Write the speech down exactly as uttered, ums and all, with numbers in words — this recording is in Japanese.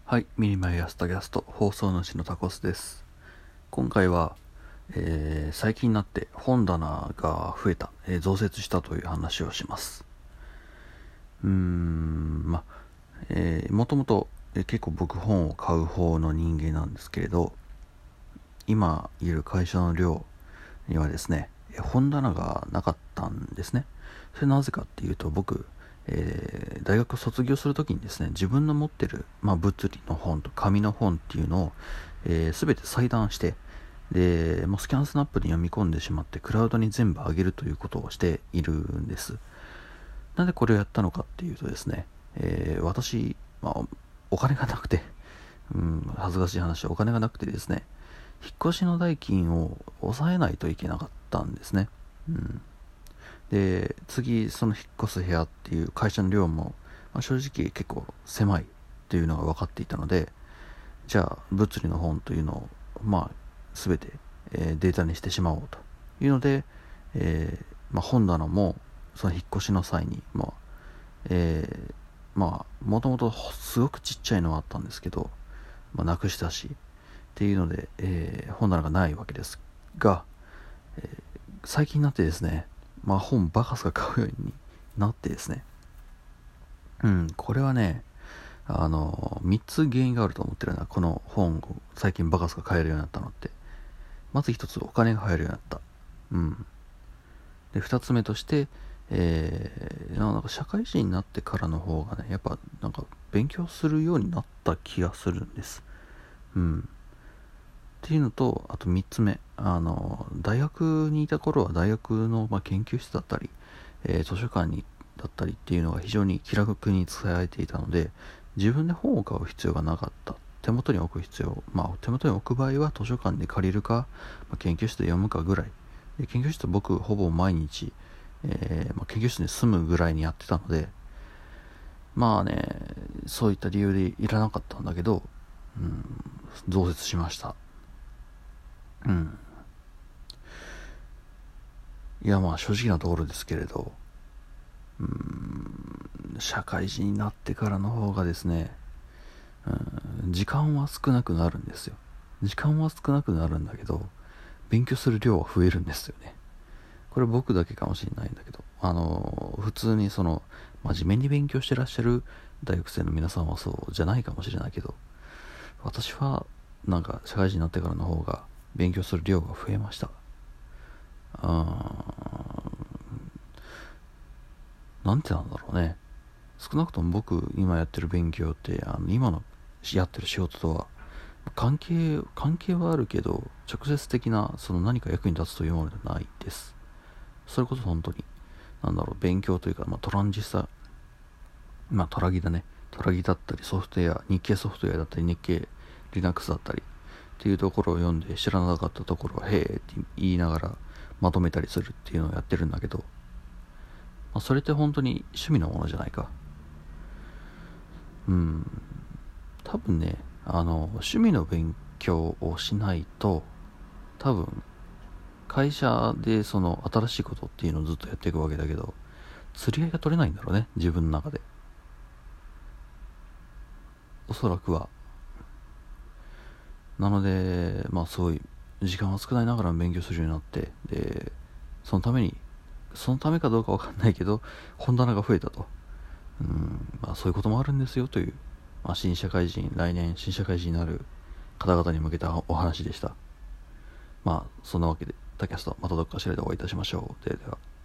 はい、ミニマイアスタキャスト放送主のタコスです。今回は、えー最近になって本棚が増えた、えー増設したという話をします。うーん、ま、えー、もともと、えー結構僕本を買う方の人間なんですけれど、今いる会社の寮にはですね、えー本棚がなかったんですね。それなぜかっていうと、僕、えー大学を卒業するときにですね、自分の持ってる、まあ、物理の本と紙の本っていうのを、えー、全て裁断して、で、もうスキャンスナップに読み込んでしまってクラウドに全部上げるということをしているんです。なんでこれをやったのかっていうとですね、えー私、まあ、お金がなくて、うん、恥ずかしい話はお金がなくてですね、引っ越しの代金を抑えないといけなかったんですね。うん、で、次、その引っ越す部屋っていう会社の寮も、まあ、正直結構狭いっていうのが分かっていたので、じゃあ物理の本というのを、まあ、全て、えーデータにしてしまおうというので、えーまあ、本棚もその引っ越しの際に、まあえーまあもともとすごくちっちゃいのはあったんですけど、まあ、なくしたしっていうので、えー本棚がないわけですが、えー最近になってですね、まあ、本バカすか買うようになってですね、うんこれはね、あのみっつ原因があると思ってるな。この本を最近バカすか買えるようになったのって、まず一つ、お金が入るようになった。うんで、二つ目として、えー、なんか社会人になってからの方がね、やっぱなんか勉強するようになった気がするんです。うんっていうのと、あとみっつめ、あの大学にいた頃は大学の、まあ、研究室だったり、えー図書館にだったりっていうのが非常に気楽に伝えられていたので、自分で本を買う必要がなかった。手元に置く必要、まあ手元に置く場合は図書館で借りるか、まあ、研究室で読むかぐらいで、研究室僕ほぼ毎日、えーまあ、研究室に住むぐらいにやってたので、まあね、そういった理由でいらなかったんだけど、うん、増設しました。うん。いや、まあ正直なところですけれど、うーん、社会人になってからの方がですね、うん、時間は少なくなるんですよ。時間は少なくなるんだけど、勉強する量は増えるんですよね。これ僕だけかもしれないんだけど、あの、普通にその、真面目に勉強してらっしゃる大学生の皆さんはそうじゃないかもしれないけど、私はなんか社会人になってからの方が勉強する量が増えました。あーなんてなんだろうね。少なくとも僕今やってる勉強って、あの今のやってる仕事とは関係関係はあるけど、直接的なその何か役に立つというものではないです。それこそ本当になんだろう、勉強というか、まあ、トランジスタ、まあトラギだねトラギだったり、ソフトウェア、日経ソフトウェアだったり、日経 Linux だったりっていうところを読んで、知らなかったところはへえって言いながらまとめたりするっていうのをやってるんだけど、まあ、それって本当に趣味のものじゃないか。うん多分ね、あの趣味の勉強をしないと、多分会社でその新しいことっていうのをずっとやっていくわけだけど、釣り合いが取れないんだろうね、自分の中で。おそらくは。なので、まあすごい時間は少ないながら勉強するようになって、でそのためにそのためかどうかわかんないけど、本棚が増えたと。うん、まあそういうこともあるんですよという、まあ、新社会人、来年新社会人になる方々に向けたお話でした。まあそんなわけで、タキャストまたどっかしらでお会いいたしましょう。ではでは。